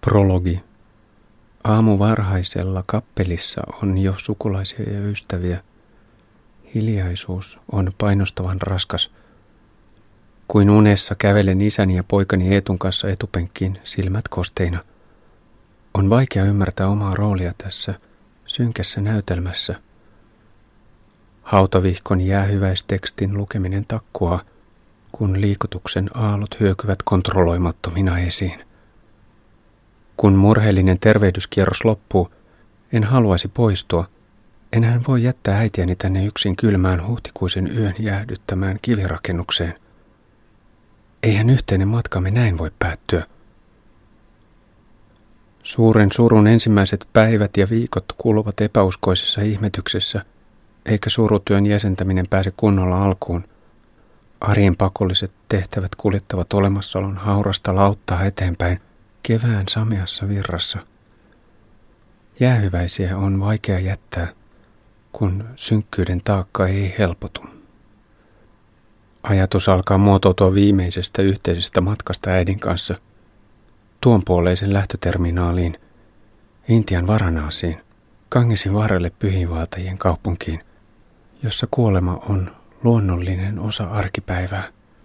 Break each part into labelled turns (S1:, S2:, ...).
S1: Prologi. Aamuvarhaisella kappelissa on jo sukulaisia ja ystäviä. Hiljaisuus on painostavan raskas. Kuin unessa kävelen isäni ja poikani Eetun kanssa etupenkkiin, silmät kosteina. On vaikea ymmärtää omaa roolia tässä synkässä näytelmässä. Hautavihkon jäähyväistekstin lukeminen takkuaa, kun liikutuksen aallot hyökyvät kontrolloimattomina esiin. Kun murheellinen tervehdyskierros loppuu, en haluaisi poistua. Enhän voi jättää äitiäni tänne yksin kylmään huhtikuisen yön jäähdyttämään kivirakennukseen. Eihän yhteinen matkamme näin voi päättyä. Suuren surun ensimmäiset päivät ja viikot kuluvat epäuskoisessa ihmetyksessä, eikä surutyön jäsentäminen pääse kunnolla alkuun. Arjen pakolliset tehtävät kuljettavat olemassaolon haurasta lauttaa eteenpäin kevään sameassa virrassa. Jäähyväisiä on vaikea jättää, kun synkkyyden taakka ei helpotu. Ajatus alkaa muotoutua viimeisestä yhteisestä matkasta äidin kanssa, tuonpuoleisen lähtöterminaaliin, Intian Varanasiin, Gangesin varrelle pyhiinvaeltajien kaupunkiin, jossa kuolema on luonnollinen osa arkipäivää.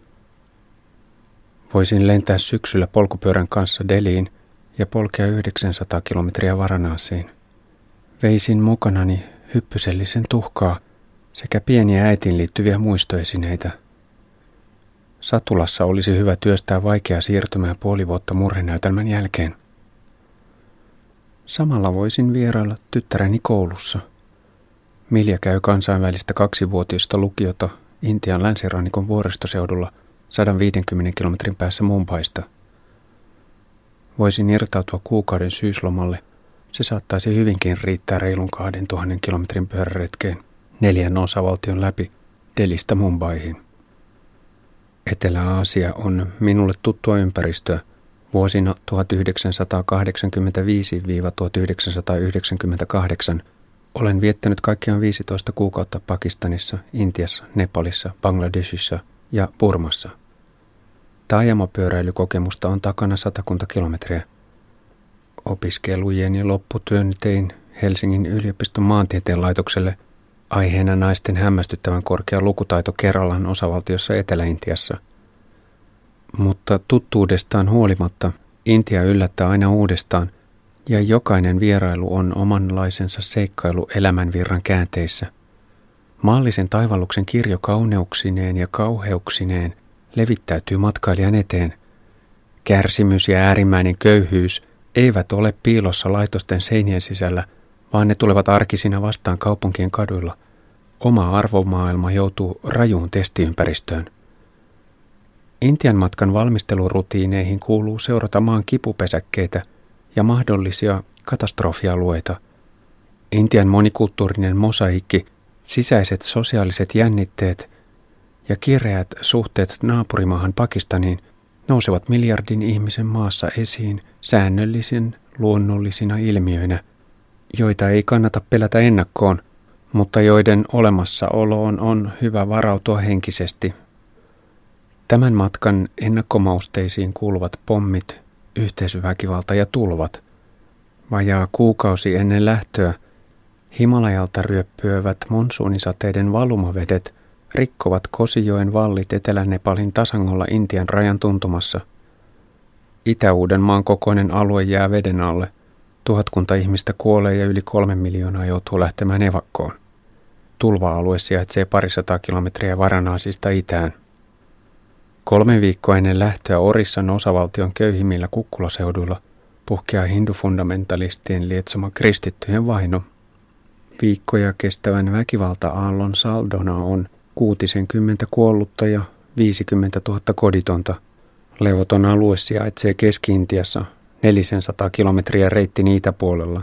S1: Voisin lentää syksyllä polkupyörän kanssa Delhiin ja polkea 900 kilometriä Varanasiin. Veisin mukanani hyppysellisen tuhkaa sekä pieniä äitiin liittyviä muistoesineitä. Satulassa olisi hyvä työstää vaikeaa siirtymää puoli vuotta murhenäytelmän jälkeen. Samalla voisin vierailla tyttäreni koulussa. Milja käy kansainvälistä 2-vuotiaista lukiota Intian länsirannikon vuoristoseudulla 150 kilometrin päässä Mumbaista. Voisin irtautua kuukauden syyslomalle. Se saattaisi hyvinkin riittää reilun 2000 kilometrin pyöräretkeen 4 osavaltion läpi Delhistä Mumbaihin. Etelä-Aasia on minulle tuttua ympäristöä. Vuosina 1985–1998 olen viettänyt kaikkiaan 15 kuukautta Pakistanissa, Intiassa, Nepalissa, Bangladeshissa ja Burmassa. Taajamapyöräilykokemusta on takana 100 kilometriä. Opiskelujeni lopputyön tein Helsingin yliopiston maantieteen laitokselle aiheena naisten hämmästyttävän korkea lukutaito Keralan osavaltiossa Etelä-Intiassa. Mutta tuttuudestaan huolimatta Intia yllättää aina uudestaan ja jokainen vierailu on omanlaisensa seikkailu elämänvirran käänteissä. Maallisen taivalluksen kirjo kauneuksineen ja kauheuksineen levittäytyy matkailijan eteen. Kärsimys ja äärimmäinen köyhyys eivät ole piilossa laitosten seinien sisällä, vaan ne tulevat arkisina vastaan kaupunkien kaduilla. Oma arvomaailma joutuu rajuun testiympäristöön. Intian matkan valmistelurutiineihin kuuluu seurata maan kipupesäkkeitä ja mahdollisia katastrofialueita. Intian monikulttuurinen mosaikki, sisäiset sosiaaliset jännitteet ja kireät suhteet naapurimaahan Pakistaniin nousevat miljardin ihmisen maassa esiin säännöllisen luonnollisina ilmiöinä, joita ei kannata pelätä ennakkoon, mutta joiden olemassaoloon on hyvä varautua henkisesti. Tämän matkan ennakkomausteisiin kuuluvat pommit, yhteisöväkivalta ja tulvat. Vajaa kuukausi ennen lähtöä Himalajalta ryöppyövät monsuunisateiden valumavedet rikkovat Kosijoen vallit Etelä-Nepalin tasangolla Intian rajan tuntumassa. Itä-Uudenmaan kokoinen alue jää veden alle. 1000 ihmistä kuolee ja yli 3 miljoonaa joutuu lähtemään evakkoon. Tulva-alue sijaitsee 200 kilometriä Varanasista itään. 3 viikkoa ennen lähtöä Orissan osavaltion köyhimmillä kukkulaseuduilla puhkeaa hindufundamentalistien lietsoma kristittyjen vaino. Viikkoja kestävän väkivalta-aallon saldona on 60 kuollutta ja 50 000 koditonta. Levoton alue sijaitsee Keski-Intiassa 400 kilometriä reitin itäpuolella.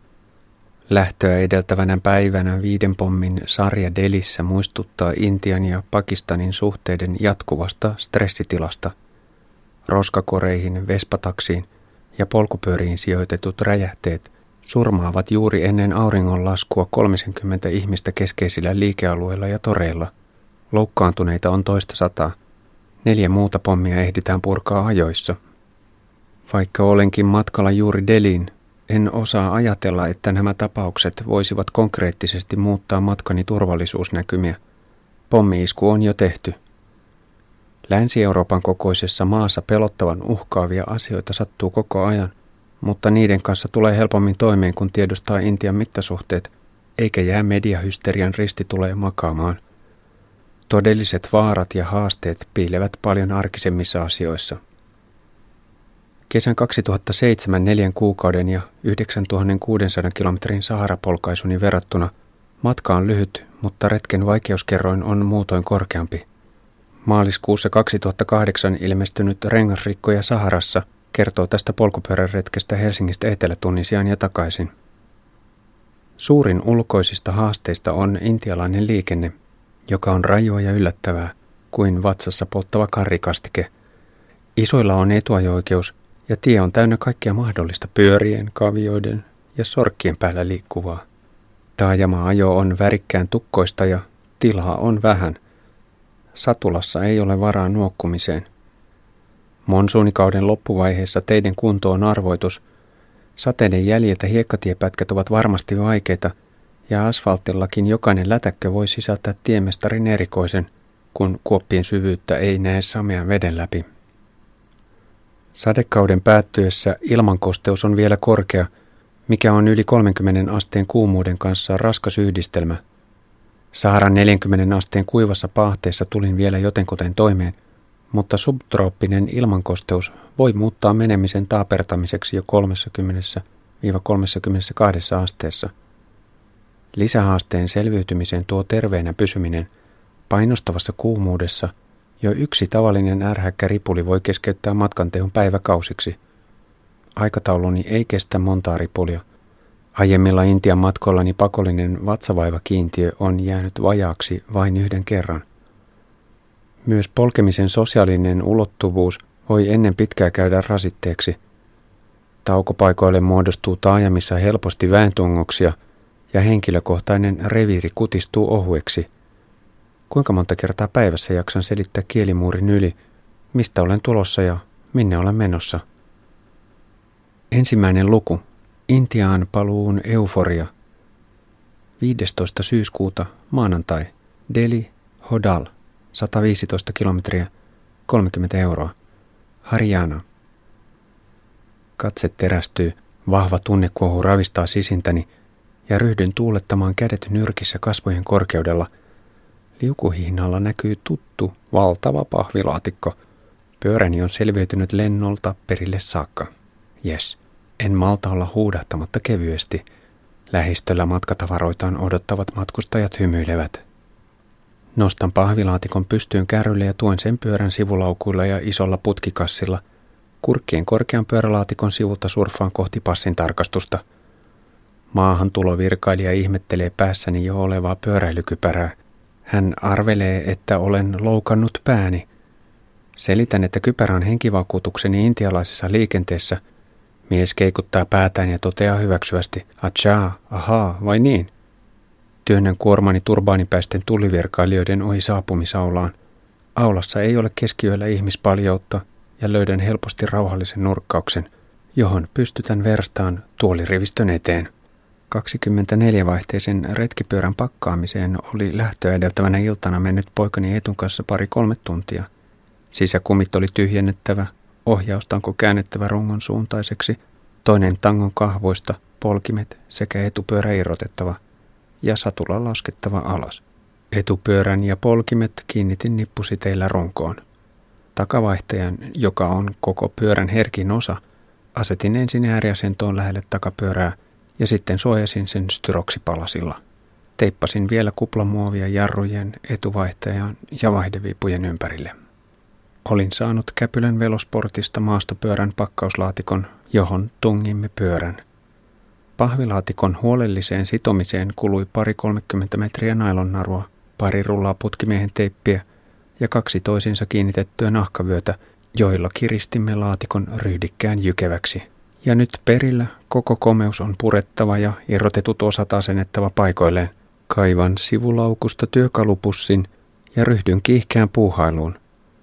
S1: Lähtöä edeltävänä päivänä 5 pommin sarja Delhissä muistuttaa Intian ja Pakistanin suhteiden jatkuvasta stressitilasta. Roskakoreihin, vespataksiin ja polkupyöriin sijoitetut räjähteet surmaavat juuri ennen auringonlaskua 30 ihmistä keskeisillä liikealueilla ja toreilla. Loukkaantuneita on toista sataa. 4 muuta pommia ehditään purkaa ajoissa. Vaikka olenkin matkalla juuri Deliin, en osaa ajatella, että nämä tapaukset voisivat konkreettisesti muuttaa matkani turvallisuusnäkymiä. Pommi-isku on jo tehty. Länsi-Euroopan kokoisessa maassa pelottavan uhkaavia asioita sattuu koko ajan, mutta niiden kanssa tulee helpommin toimeen, kun tiedostaa Intian mittasuhteet, eikä jää mediahysterian ristituleen makaamaan. Todelliset vaarat ja haasteet piilevät paljon arkisemmissa asioissa. Kesän 2007 4 kuukauden ja 9600 kilometrin Sahara-polkaisuni verrattuna matka on lyhyt, mutta retken vaikeuskerroin on muutoin korkeampi. Maaliskuussa 2008 ilmestynyt Rengasrikkoja Saharassa kertoo tästä polkupyöräretkestä Helsingistä Etelä-Tunisiaan ja takaisin. Suurin ulkoisista haasteista on intialainen liikenne, joka on rajua ja yllättävää, kuin vatsassa polttava karrikastike. Isoilla on etuajo-oikeus ja tie on täynnä kaikkea mahdollista pyörien, kavioiden ja sorkkien päällä liikkuvaa. Taajama-ajo on värikkään tukkoista ja tilaa on vähän. Satulassa ei ole varaa nuokkumiseen. Monsuunikauden loppuvaiheessa teiden kunto on arvoitus. Sateiden jäljiltä hiekkatiepätkät ovat varmasti vaikeita ja asfaltillakin jokainen lätäkkö voi sisältää tiemestarin erikoisen, kun kuoppien syvyyttä ei näe samean veden läpi. Sadekauden päättyessä ilmankosteus on vielä korkea, mikä on yli 30 asteen kuumuuden kanssa raskas yhdistelmä. Saharan 40 asteen kuivassa paahteessa tulin vielä jotenkuten toimeen, mutta subtrooppinen ilmankosteus voi muuttaa menemisen taapertamiseksi jo 30–32 asteessa. Lisähaasteen selviytymiseen tuo terveenä pysyminen. Painostavassa kuumuudessa jo yksi tavallinen ärhäkkä ripuli voi keskeyttää matkantehon päiväkausiksi. Aikatauluni ei kestä montaa ripulia. Aiemmilla Intian matkoillani pakollinen vatsavaivakiintiö on jäänyt vajaaksi vain yhden kerran. Myös polkemisen sosiaalinen ulottuvuus voi ennen pitkää käydä rasitteeksi. Taukopaikoille muodostuu taajamissa helposti väentungoksia ja henkilökohtainen reviiri kutistuu ohueksi. Kuinka monta kertaa päivässä jaksan selittää kielimuurin yli, mistä olen tulossa ja minne olen menossa? Ensimmäinen luku. Intiaan paluun euforia. 15. syyskuuta, maanantai. Delhi, Hodal. 115 kilometriä, 30 €. Haryana. Katse terästyy, vahva tunnekuohu ravistaa sisintäni ja ryhdyn tuulettamaan kädet nyrkissä kasvojen korkeudella. Liukuhihnalla näkyy tuttu, valtava pahvilaatikko. Pyöräni on selviytynyt lennolta perille saakka. Jes, en malta olla huudahtamatta kevyesti. Lähistöllä matkatavaroitaan odottavat matkustajat hymyilevät. Nostan pahvilaatikon pystyyn kärrylle ja tuen sen pyörän sivulaukuilla ja isolla putkikassilla. Kurkkien korkean pyörälaatikon sivulta surffaan kohti passin tarkastusta. Maahantulovirkailija ihmettelee päässäni jo olevaa pyöräilykypärää. Hän arvelee, että olen loukannut pääni. Selitän, että kypärä on henkivakuutukseni intialaisessa liikenteessä. Mies keikuttaa päätään ja toteaa hyväksyvästi, "Achaa, ahaa, vai niin?" Työnnän kuormani turbaanipäisten tullivirkailijoiden ohi saapumisaulaan. Aulassa ei ole keskiyöllä ihmispaljoutta ja löydän helposti rauhallisen nurkkauksen, johon pystytän verstaan tuolirivistön eteen. 24-vaihteisen retkipyörän pakkaamiseen oli lähtöä edeltävänä iltana mennyt poikani Etun kanssa 2–3 tuntia. Sisäkumit oli tyhjennettävä, ohjaustanko käännettävä rungon suuntaiseksi, toinen tangon kahvoista, polkimet sekä etupyörä irrotettava ja satula laskettava alas. Etupyörän ja polkimet kiinnitin nippusiteillä runkoon. Takavaihtajan, joka on koko pyörän herkin osa, asetin ensin ääriasentoon lähelle takapyörää ja sitten suojasin sen styroksipalasilla. Teippasin vielä kuplamuovia jarrujen, etuvaihtajan ja vaihdeviipujen ympärille. Olin saanut Käpylän Velosportista maastopyörän pakkauslaatikon, johon tungimme pyörän. Pahvilaatikon huolelliseen sitomiseen kului 20–30 metriä nailonnarua, 2 rullaa putkimiehen teippiä ja 2 toisiinsa kiinnitettyä nahkavyötä, joilla kiristimme laatikon ryhdikkään jykeväksi. Ja nyt perillä koko komeus on purettava ja irrotetut osat asennettava paikoilleen. Kaivan sivulaukusta työkalupussin ja ryhdyn kiihkeään puuhailuun.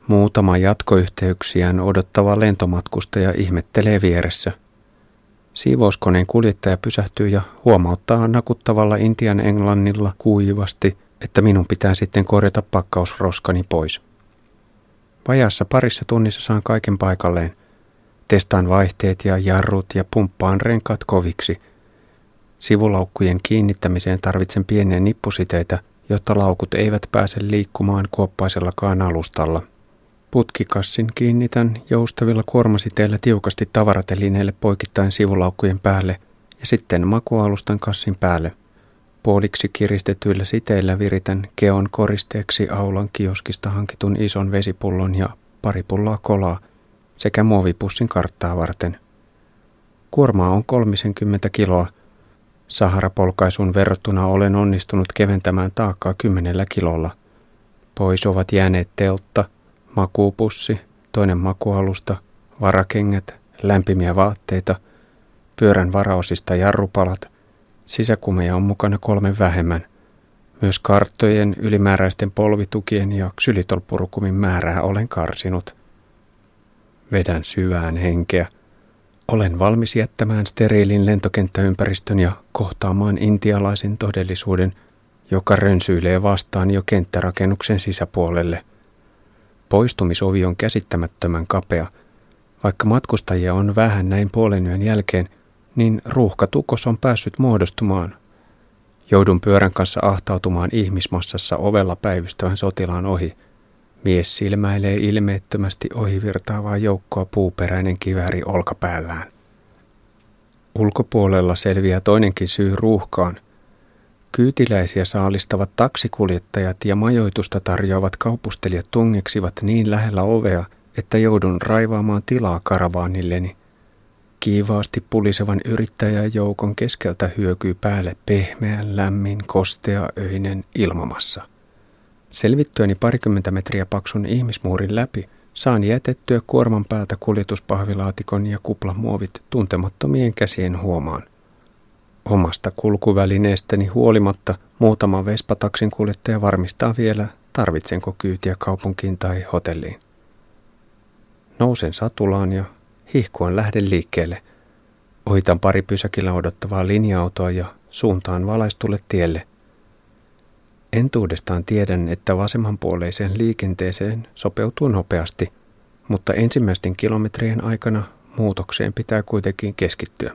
S1: Muutama jatkoyhteyksiään odottava lentomatkustaja ihmettelee vieressä. Siivouskoneen kuljettaja pysähtyy ja huomauttaa nakuttavalla intian englannilla kuivasti, että minun pitää sitten korjata pakkausroskani pois. Vajaassa parissa tunnissa saan kaiken paikalleen. Testaan vaihteet ja jarrut ja pumppaan renkaat koviksi. Sivulaukkujen kiinnittämiseen tarvitsen pieniä nippusiteitä, jotta laukut eivät pääse liikkumaan kuoppaisellakaan alustalla. Putkikassin kiinnitän joustavilla kuormasiteillä tiukasti tavaratelineille poikittain sivulaukkujen päälle ja sitten makualustan kassin päälle. Puoliksi kiristetyillä siteillä viritän keon koristeeksi aulan kioskista hankitun ison vesipullon ja pari pulloa kolaa sekä muovipussin karttaa varten. Kuormaa on 30 kiloa. Saharapolkaisuun verrattuna olen onnistunut keventämään taakkaa 10 kilolla. Pois ovat jääneet teltta, makuupussi, toinen makualusta, varakengät, lämpimiä vaatteita, pyörän varaosista jarrupalat, sisäkumeja on mukana 3 vähemmän. Myös karttojen, ylimääräisten polvitukien ja ksylitolpurukumin määrää olen karsinut. Vedän syvään henkeä. Olen valmis jättämään steriilin lentokenttäympäristön ja kohtaamaan intialaisen todellisuuden, joka rönsyilee vastaan jo kenttärakennuksen sisäpuolelle. Poistumisovi on käsittämättömän kapea. Vaikka matkustajia on vähän näin puolenyön jälkeen, niin ruuhkatukos on päässyt muodostumaan. Joudun pyörän kanssa ahtautumaan ihmismassassa ovella päivystävän sotilaan ohi. Mies silmäilee ilmeettömästi ohivirtaavaa joukkoa puuperäinen kivääri olkapäällään. Ulkopuolella selviää toinenkin syy ruuhkaan. Kyytiläisiä saalistavat taksikuljettajat ja majoitusta tarjoavat kaupustelijat tungeksivat niin lähellä ovea, että joudun raivaamaan tilaa karavaanilleni. Kiivaasti pulisevan yrittäjäjoukon keskeltä hyökyy päälle pehmeän, lämmin, kostea, öinen ilmamassa. Selvittyäni 20 metriä paksun ihmismuurin läpi saan jätettyä kuorman päältä kuljetuspahvilaatikon ja kuplamuovit tuntemattomien käsien huomaan. Omasta kulkuvälineestäni huolimatta muutama vespataksin kuljettaja varmistaa vielä, tarvitsenko kyytiä kaupunkiin tai hotelliin. Nousen satulaan ja hihkuan lähden liikkeelle. Ohitan pari pysäkillä odottavaa linja-autoa ja suuntaan valaistulle tielle. Entuudestaan tiedän, että vasemmanpuoleiseen liikenteeseen sopeutuu nopeasti, mutta ensimmäisten kilometrien aikana muutokseen pitää kuitenkin keskittyä.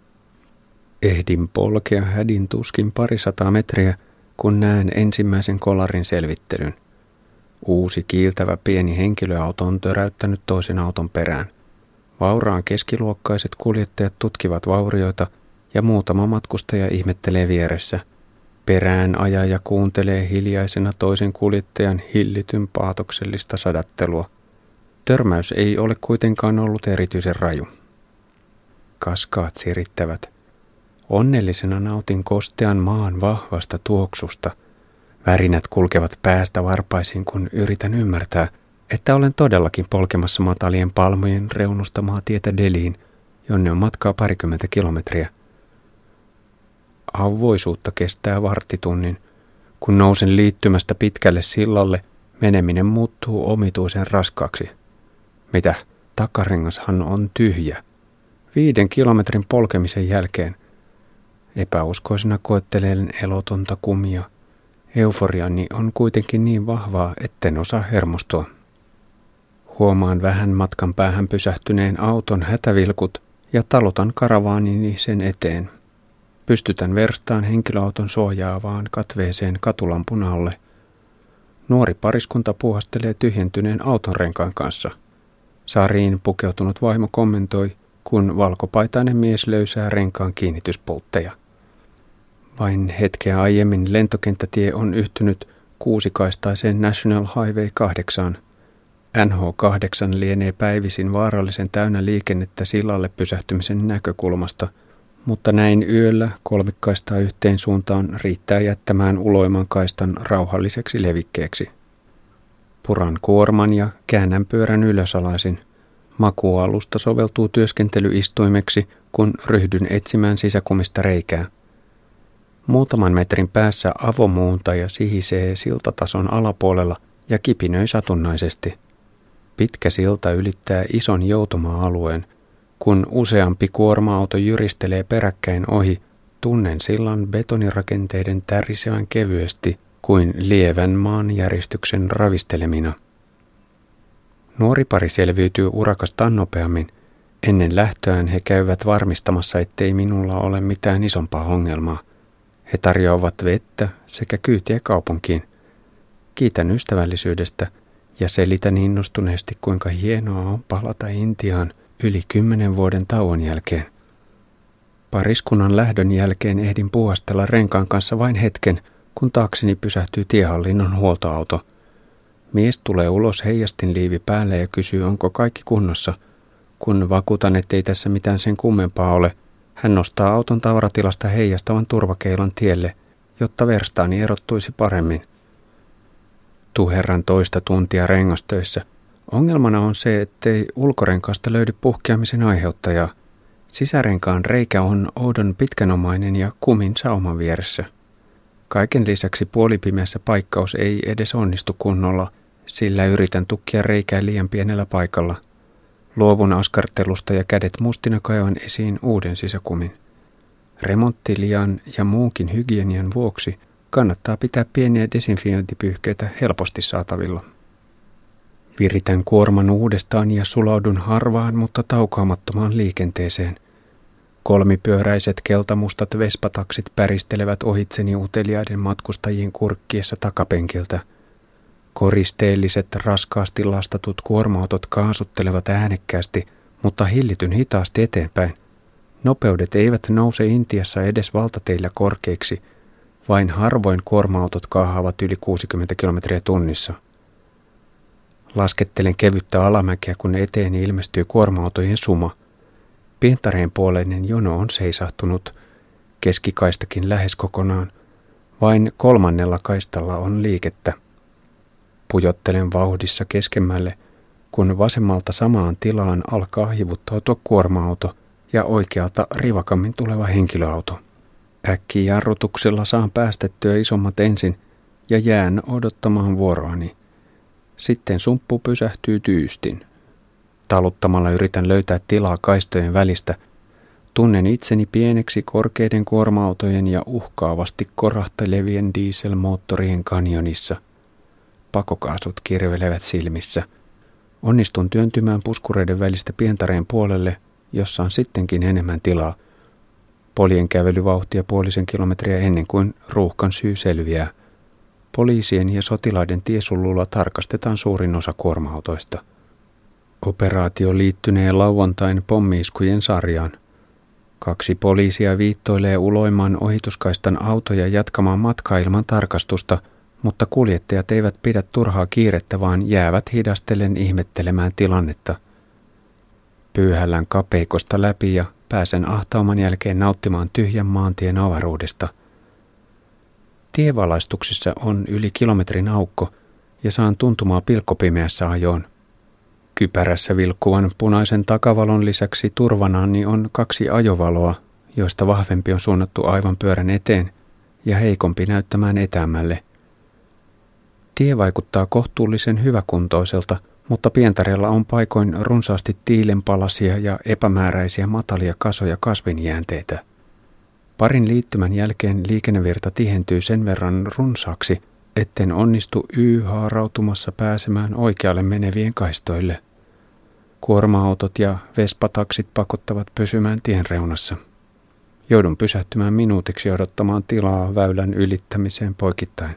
S1: Ehdin polkea hädin tuskin 200 metriä, kun näen ensimmäisen kolarin selvittelyn. Uusi kiiltävä pieni henkilöauto on töräyttänyt toisen auton perään. Vauraan keskiluokkaiset kuljettajat tutkivat vaurioita ja muutama matkustaja ihmettelee vieressä. Perään ajaja kuuntelee hiljaisena toisen kuljettajan hillityn paatoksellista sadattelua. Törmäys ei ole kuitenkaan ollut erityisen raju. Kaskaat sirittävät. Onnellisena nautin kostean maan vahvasta tuoksusta. Värinät kulkevat päästä varpaisiin, kun yritän ymmärtää, että olen todellakin polkemassa matalien palmujen reunustamaa tietä Deliin, jonne on matkaa 20 kilometriä. Auvoisuutta kestää varttitunnin. Kun nousen liittymästä pitkälle sillalle, meneminen muuttuu omituisen raskaaksi. Mitä? Takarengashan on tyhjä. 5 kilometrin polkemisen jälkeen. Epäuskoisena koettelen elotonta kumia. Euforiani on kuitenkin niin vahvaa, etten osaa hermostua. Huomaan vähän matkan päähän pysähtyneen auton hätävilkut ja talutan karavaanini sen eteen. Pystytän verstaan henkilöauton suojaavaan katveeseen katulampun alle. Nuori pariskunta puuhastelee tyhjentyneen autonrenkaan kanssa. Sariin pukeutunut vaimo kommentoi, kun valkopaitainen mies löysää renkaan kiinnityspultteja. Vain hetkeä aiemmin lentokenttätie on yhtynyt 6-kaistaiseen National Highway 8. NH8 lienee päivisin vaarallisen täynnä liikennettä sillalle pysähtymisen näkökulmasta, mutta näin yöllä 3-kaistaa yhteen suuntaan riittää jättämään uloiman kaistan rauhalliseksi levikkeeksi. Puran kuorman ja käännän pyörän ylösalaisin. Makuualusta soveltuu työskentelyistuimeksi, kun ryhdyn etsimään sisäkumista reikää. Muutaman metrin päässä avomuuntaja sihisee siltatason alapuolella ja kipinöi satunnaisesti. Pitkä silta ylittää ison joutomaa-alueen. Kun useampi kuorma-auto jyristelee peräkkäin ohi, tunnen sillan betonirakenteiden tärisevän kevyesti kuin lievän maanjäristyksen ravistelemina. Nuori pari selviytyy urakastaan nopeammin. Ennen lähtöään he käyvät varmistamassa, ettei minulla ole mitään isompaa ongelmaa. He tarjoavat vettä sekä kyytiä kaupunkiin. Kiitän ystävällisyydestä ja selitän innostuneesti, kuinka hienoa on palata Intiaan yli 10 vuoden tauon jälkeen. Pariskunnan lähdön jälkeen ehdin puuhastella renkaan kanssa vain hetken, kun taakseni pysähtyy tiehallinnon huoltoauto. Mies tulee ulos heijastinliivi päälle ja kysyy, onko kaikki kunnossa. Kun vakuutan, ettei tässä mitään sen kummempaa ole, hän nostaa auton tavaratilasta heijastavan turvakeilan tielle, jotta verstaani erottuisi paremmin. Tuherran toista tuntia rengastöissä. Ongelmana on se, ettei ulkorenkaasta löydy puhkeamisen aiheuttajaa. Sisärenkaan reikä on oudon pitkänomainen ja kumin sauman vieressä. Kaiken lisäksi puolipimeässä paikkaus ei edes onnistu kunnolla, sillä yritän tukkia reikää liian pienellä paikalla. Luovun askartelusta ja kädet mustina kaivan esiin uuden sisäkumin. Remonttilian ja muunkin hygienian vuoksi kannattaa pitää pieniä desinfiointipyyhkeitä helposti saatavilla. Viritän kuorman uudestaan ja sulaudun harvaan, mutta taukoamattomaan liikenteeseen. Kolmipyöräiset keltamustat vespataksit päristelevät ohitseni uteliaiden matkustajien kurkkiessa takapenkiltä. Koristeelliset, raskaasti lastatut kuorma-autot kaasuttelevat äänekkäästi, mutta hillityn hitaasti eteenpäin. Nopeudet eivät nouse Intiassa edes valtateillä korkeiksi, vain harvoin kuorma-autot kaahaavat yli 60 kilometriä tunnissa. Laskettelen kevyttä alamäkeä, kun eteeni ilmestyy kuorma-autojen suma. Pientareen puoleinen jono on seisahtunut, keskikaistakin lähes kokonaan. Vain 3. kaistalla on liikettä. Pujottelen vauhdissa keskemmälle, kun vasemmalta samaan tilaan alkaa hivuttautua kuorma-auto ja oikealta rivakammin tuleva henkilöauto. Äkkijarrutuksella saan päästettyä isommat ensin ja jään odottamaan vuoroani. Sitten sumppu pysähtyy tyystin. Taluttamalla yritän löytää tilaa kaistojen välistä. Tunnen itseni pieneksi korkeiden kuorma-autojen ja uhkaavasti korahtelevien dieselmoottorien kanjonissa. Pakokaasut kirvelevät silmissä. Onnistun työntymään puskureiden välistä pientareen puolelle, jossa on sittenkin enemmän tilaa. Poljen kävelyvauhtia 0,5 kilometriä ennen kuin ruuhkan syy selviää. Poliisien ja sotilaiden tiesullulla tarkastetaan suurin osa kuorma-autoista. Operaatio liittynee lauantain pommi-iskujen sarjaan. 2 poliisia viittoilee uloimaan ohituskaistan autoja jatkamaan matkaa ilman tarkastusta, mutta kuljettajat eivät pidä turhaa kiirettä, vaan jäävät hidastellen ihmettelemään tilannetta. Pyyhällään kapeikosta läpi ja pääsen ahtauman jälkeen nauttimaan tyhjän maantien avaruudesta. Tievalaistuksissa on yli kilometrin aukko ja saan tuntumaa pilkkopimeässä ajoon. Kypärässä vilkkuvan punaisen takavalon lisäksi turvanani on 2 ajovaloa, joista vahvempi on suunnattu aivan pyörän eteen ja heikompi näyttämään etäämmälle. Tie vaikuttaa kohtuullisen hyväkuntoiselta, mutta Pientareella on paikoin runsaasti tiilenpalasia ja epämääräisiä matalia kasoja kasvinjäänteitä. Parin liittymän jälkeen liikennevirta tihentyy sen verran runsaaksi, etten onnistu haarautumassa pääsemään oikealle menevien kaistoille. Kuorma-autot ja vespataksit pakottavat pysymään tien reunassa. Joudun pysähtymään minuutiksi odottamaan tilaa väylän ylittämiseen poikittain.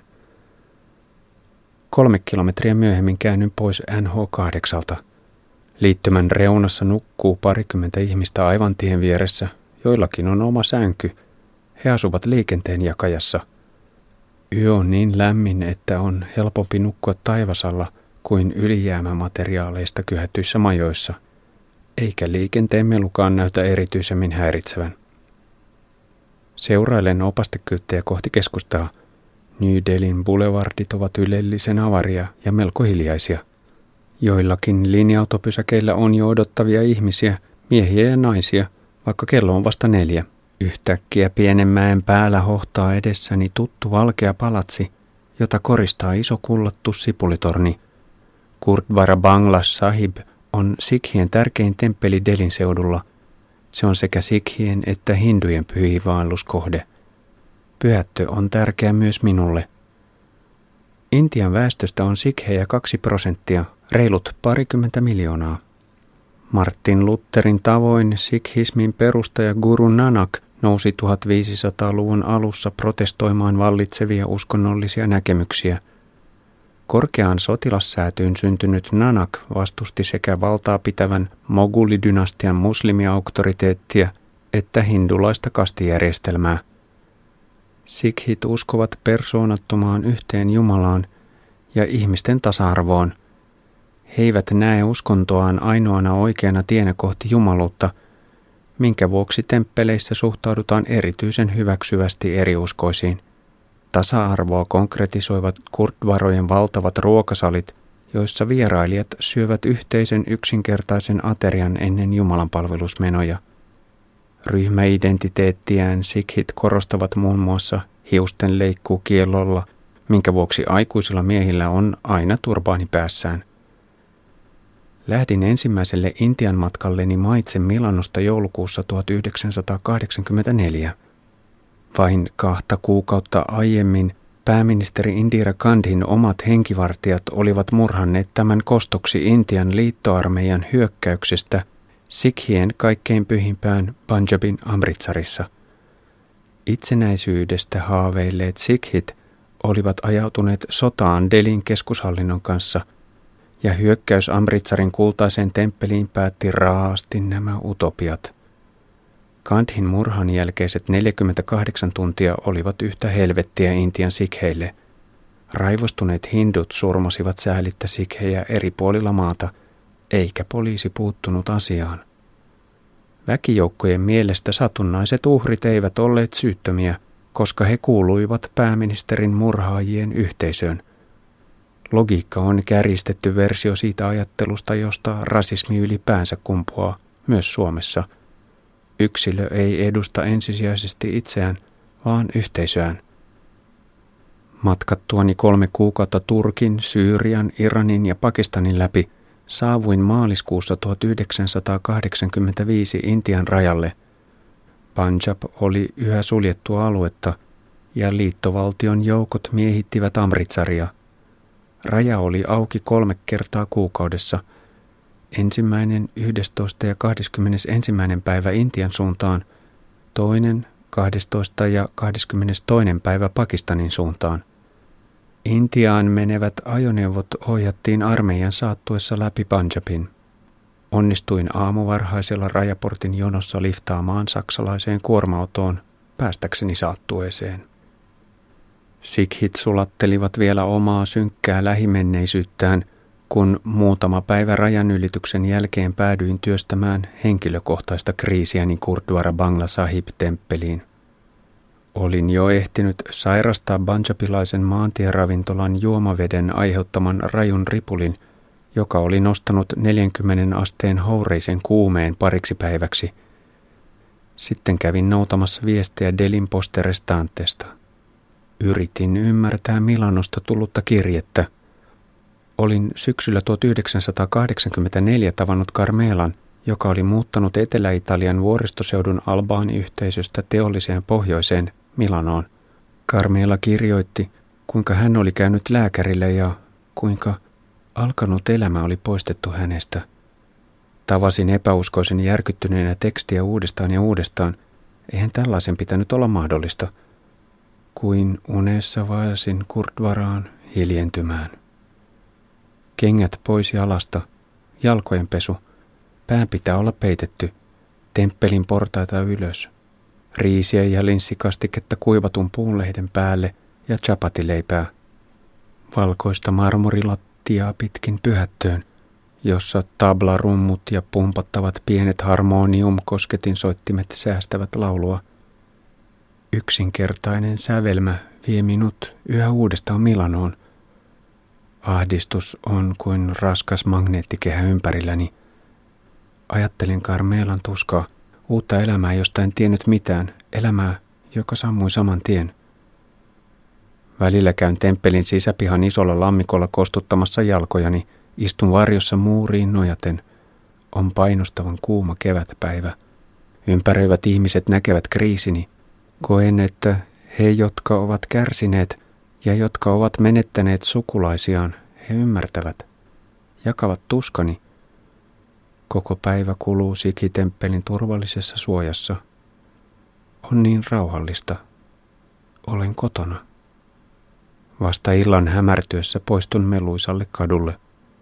S1: 3 kilometriä myöhemmin käännyn pois NH8. Liittymän reunassa nukkuu 20 ihmistä aivan tien vieressä, joillakin on oma sänky. He asuvat liikenteen jakajassa. Yö on niin lämmin, että on helpompi nukkua taivasalla kuin ylijäämämateriaaleista kyhätyissä majoissa, eikä liikenteen melukaan näytä erityisemmin häiritsevän. Seurailen opastekyyttejä kohti keskustaa. New Delhin boulevardit ovat ylellisen avaria ja melko hiljaisia. Joillakin linja-autopysäkeillä on jo odottavia ihmisiä, miehiä ja naisia, vaikka kello on vasta 4. Yhtäkkiä pienen mäen päällä hohtaa edessäni tuttu valkea palatsi, jota koristaa iso kullattu sipulitorni. Gurdwara Bangla Sahib on sikhien tärkein temppeli Delhin seudulla. Se on sekä sikhien että hindujen pyhiinvaelluskohde. Pyhättö on tärkeä myös minulle. Intian väestöstä on sikhejä 2%, reilut 20 miljoonaa. Martin Lutherin tavoin sikhismin perustaja Guru Nanak nousi 1500-luvun alussa protestoimaan vallitsevia uskonnollisia näkemyksiä. Korkeaan sotilassäätyyn syntynyt Nanak vastusti sekä valtaa pitävän Moguli-dynastian muslimiauktoriteettia että hindulaista kastijärjestelmää. Sikhit uskovat persoonattomaan yhteen Jumalaan ja ihmisten tasa-arvoon. He eivät näe uskontoaan ainoana oikeana tienä kohti jumaluutta, minkä vuoksi temppeleissä suhtaudutaan erityisen hyväksyvästi eriuskoisiin. Tasa-arvoa konkretisoivat Gurdwarojen valtavat ruokasalit, joissa vierailijat syövät yhteisen yksinkertaisen aterian ennen jumalanpalvelusmenoja. Ryhmäidentiteettiään sikhit korostavat muun muassa hiusten leikkuukiellolla, minkä vuoksi aikuisilla miehillä on aina turbaani päässään. Lähdin ensimmäiselle Intian matkalleni maitse Milanosta joulukuussa 1984. Vain 2 kuukautta aiemmin pääministeri Indira Gandhin omat henkivartijat olivat murhanneet tämän kostoksi Intian liittoarmeijan hyökkäyksestä sikhien kaikkein pyhimpään Punjabin Amritsarissa. Itsenäisyydestä haaveilleet sikhit olivat ajautuneet sotaan Delhin keskushallinnon kanssa, ja hyökkäys Amritsarin kultaiseen temppeliin päätti raasti nämä utopiat. Gandhin murhan jälkeiset 48 tuntia olivat yhtä helvettiä Intian sikheille. Raivostuneet hindut surmasivat säälittä sikhejä eri puolilla maata, eikä poliisi puuttunut asiaan. Väkijoukkojen mielestä satunnaiset uhrit eivät olleet syyttömiä, koska he kuuluivat pääministerin murhaajien yhteisöön. Logiikka on kärjistetty versio siitä ajattelusta, josta rasismi ylipäänsä kumpuaa, myös Suomessa. Yksilö ei edusta ensisijaisesti itseään, vaan yhteisöään. Matkattuani 3 kuukautta Turkin, Syyrian, Iranin ja Pakistanin läpi saavuin maaliskuussa 1985 Intian rajalle. Punjab oli yhä suljettua aluetta ja liittovaltion joukot miehittivät Amritsaria. Raja oli auki 3 kertaa kuukaudessa. 1., 11. ja 21. päivä Intian suuntaan, 2., 12. ja 22. päivä Pakistanin suuntaan. Intiaan menevät ajoneuvot ohjattiin armeijan saattuessa läpi Punjabin. Onnistuin aamuvarhaisella rajaportin jonossa liftaamaan saksalaiseen kuorma-autoon päästäkseni saattueeseen. Sikhit sulattelivat vielä omaa synkkää lähimenneisyyttään, kun muutama päivä rajanylityksen jälkeen päädyin työstämään henkilökohtaista kriisiäni Gurdwara Bangla Sahib-temppeliin. Olin jo ehtinyt sairastaa punjabilaisen maantieravintolan juomaveden aiheuttaman rajun ripulin, joka oli nostanut 40 asteen houreisen kuumeen pariksi päiväksi. Sitten kävin noutamassa viestejä Delhin Poste Restantesta. Yritin ymmärtää Milanosta tullutta kirjettä. Olin syksyllä 1984 tavannut Carmelan, joka oli muuttanut Etelä-Italian vuoristoseudun albaaniyhteisöstä teolliseen pohjoiseen Milanoon. Carmela kirjoitti, kuinka hän oli käynyt lääkärille ja kuinka alkanut elämä oli poistettu hänestä. Tavasin epäuskoisen järkyttyneenä tekstiä uudestaan ja uudestaan. Eihän tällaisen pitänyt olla mahdollista. Kuin unessa vaelsin Gurdwaraan hiljentymään. Kengät pois jalasta, jalkojen pesu, pään pitää olla peitetty, temppelin portaita ylös, riisiä ja linssikastiketta kuivatun puunlehden päälle ja chapatileipää, valkoista marmorilattiaa pitkin pyhättöön, jossa tablarummut ja pumpattavat pienet harmonium-kosketinsoittimet säästävät laulua. Yksinkertainen sävelmä vie minut yhä uudestaan Milanoon. Ahdistus on kuin raskas magneettikehä ympärilläni. Ajattelin Carmelan tuskaa, uutta elämää, josta en tiennyt mitään, elämää, joka sammui saman tien. Välillä käyn temppelin sisäpihan isolla lammikolla kostuttamassa jalkojani, Istun varjossa muuriin nojaten. On painostavan kuuma kevätpäivä. Ympäröivät ihmiset näkevät kriisini. Koen, että he, jotka ovat kärsineet ja jotka ovat menettäneet sukulaisiaan, he ymmärtävät, jakavat tuskani. Koko päivä kuluu Sikhi-temppelin turvallisessa suojassa. On niin rauhallista. Olen kotona. Vasta illan hämärtyessä poistun meluisalle kadulle.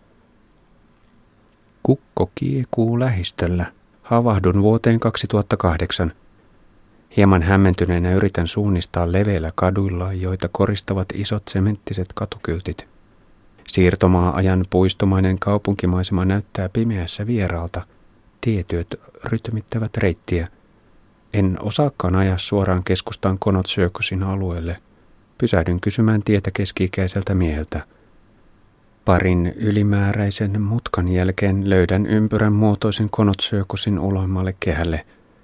S1: Kukko kiekuu lähistöllä. Havahdun vuoteen 2008. Hieman hämmentyneenä yritän suunnistaa leveillä kaduilla, joita koristavat isot sementtiset katukyltit. Siirtomaa-ajan puistomainen kaupunkimaisema näyttää pimeässä vieraalta. Tietyöt rytmittävät reittiä. En osaakaan ajaa suoraan keskustaan Connaught Circusin alueelle. Pysähdyn kysymään tietä keski-ikäiseltä mieheltä. Parin ylimääräisen mutkan jälkeen löydän ympyrän muotoisen Connaught Circusin uloimmalle kehälle.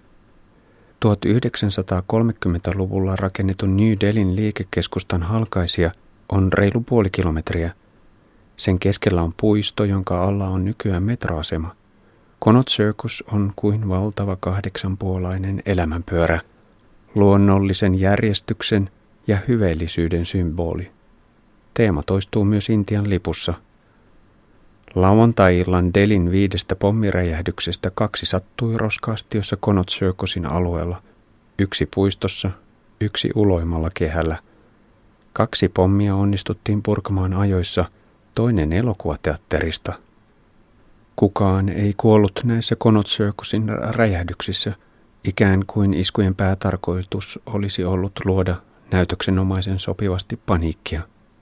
S1: 1930-luvulla rakennetun New Delhin liikekeskustan halkaisija on reilu puoli kilometriä. Sen keskellä on puisto, jonka alla on nykyään metroasema. Connaught Circus on kuin valtava 8-puolainen elämänpyörä, luonnollisen järjestyksen ja hyveellisyyden symboli. Teema toistuu myös Intian lipussa. Lauantai-illan Delhin 5 pommiräjähdyksestä 2 sattui roska-astiossa Connaught Circusin alueella, 1 puistossa, 1 uloimmalla kehällä. 2 pommia onnistuttiin purkamaan ajoissa, toinen elokuvateatterista. Kukaan ei kuollut näissä Connaught Circusin räjähdyksissä, ikään kuin iskujen päätarkoitus olisi ollut luoda näytöksenomaisen sopivasti paniikkia.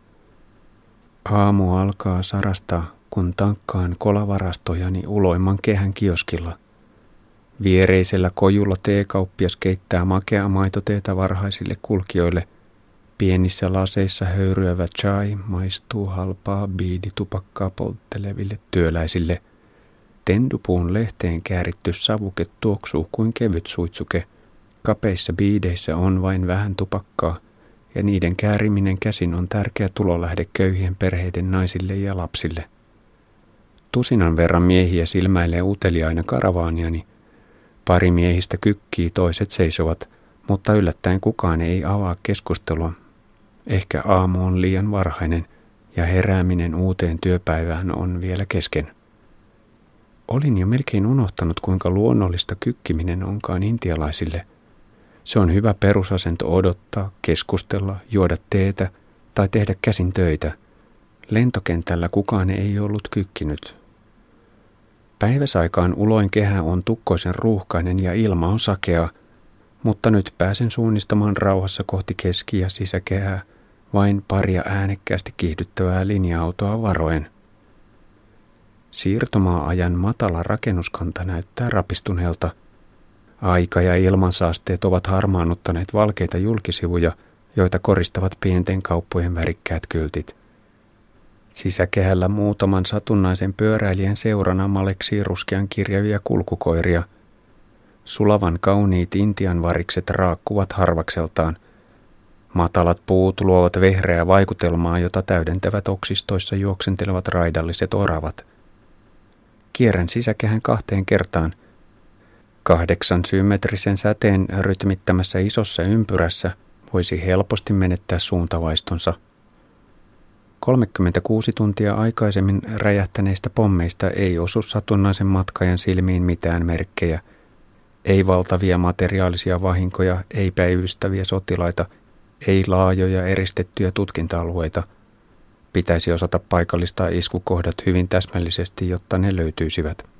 S1: Aamu alkaa sarastaa, kun tankkaan kolavarastojani uloimman kehän kioskilla. Viereisellä kojulla teekauppias keittää makeaa maitoteetä varhaisille kulkijoille. Pienissä laseissa höyryävä chai maistuu halpaa biiditupakkaa poltteleville työläisille. Tendupuun lehteen kääritty savuke tuoksuu kuin kevyt suitsuke. Kapeissa biideissä on vain vähän tupakkaa, ja niiden kääriminen käsin on tärkeä tulolähde köyhien perheiden naisille ja lapsille. Tusinan verran miehiä silmäilee uteliaina karavaaniani. Pari miehistä kykkii, toiset seisovat, mutta yllättäen kukaan ei avaa keskustelua. Ehkä aamu on liian varhainen ja herääminen uuteen työpäivään on vielä kesken. Olin jo melkein unohtanut, kuinka luonnollista kykkiminen onkaan intialaisille. Se on hyvä perusasento odottaa, keskustella, juoda teetä tai tehdä käsin töitä. Lentokentällä kukaan ei ollut kykkinyt. Päiväsaikaan uloin kehä on tukkoisen ruuhkainen ja ilma on sakea, mutta nyt pääsen suunnistamaan rauhassa kohti keski- ja sisäkehää, vain paria äänekkäästi kiihdyttävää linja-autoa varoen. Siirtomaa-ajan matala rakennuskanta näyttää rapistuneelta. Aika ja ilmansaasteet ovat harmaannuttaneet valkeita julkisivuja, joita koristavat pienten kauppojen värikkäät kyltit. Sisäkehällä muutaman satunnaisen pyöräilijän seurana maleksii ruskean kirjavia kulkukoiria. Sulavan kauniit intian varikset raakkuvat harvakseltaan. Matalat puut luovat vehreää vaikutelmaa, jota täydentävät oksistoissa juoksentelevat raidalliset oravat. Kierrän sisäkehän 2 kertaan. 8 symmetrisen säteen rytmittämässä isossa ympyrässä voisi helposti menettää suuntavaistonsa. 36 tuntia aikaisemmin räjähtäneistä pommeista ei osu satunnaisen matkajan silmiin mitään merkkejä. Ei valtavia materiaalisia vahinkoja, ei päivystäviä sotilaita, ei laajoja eristettyjä tutkinta-alueita. Pitäisi osata paikallistaa iskukohdat hyvin täsmällisesti, jotta ne löytyisivät.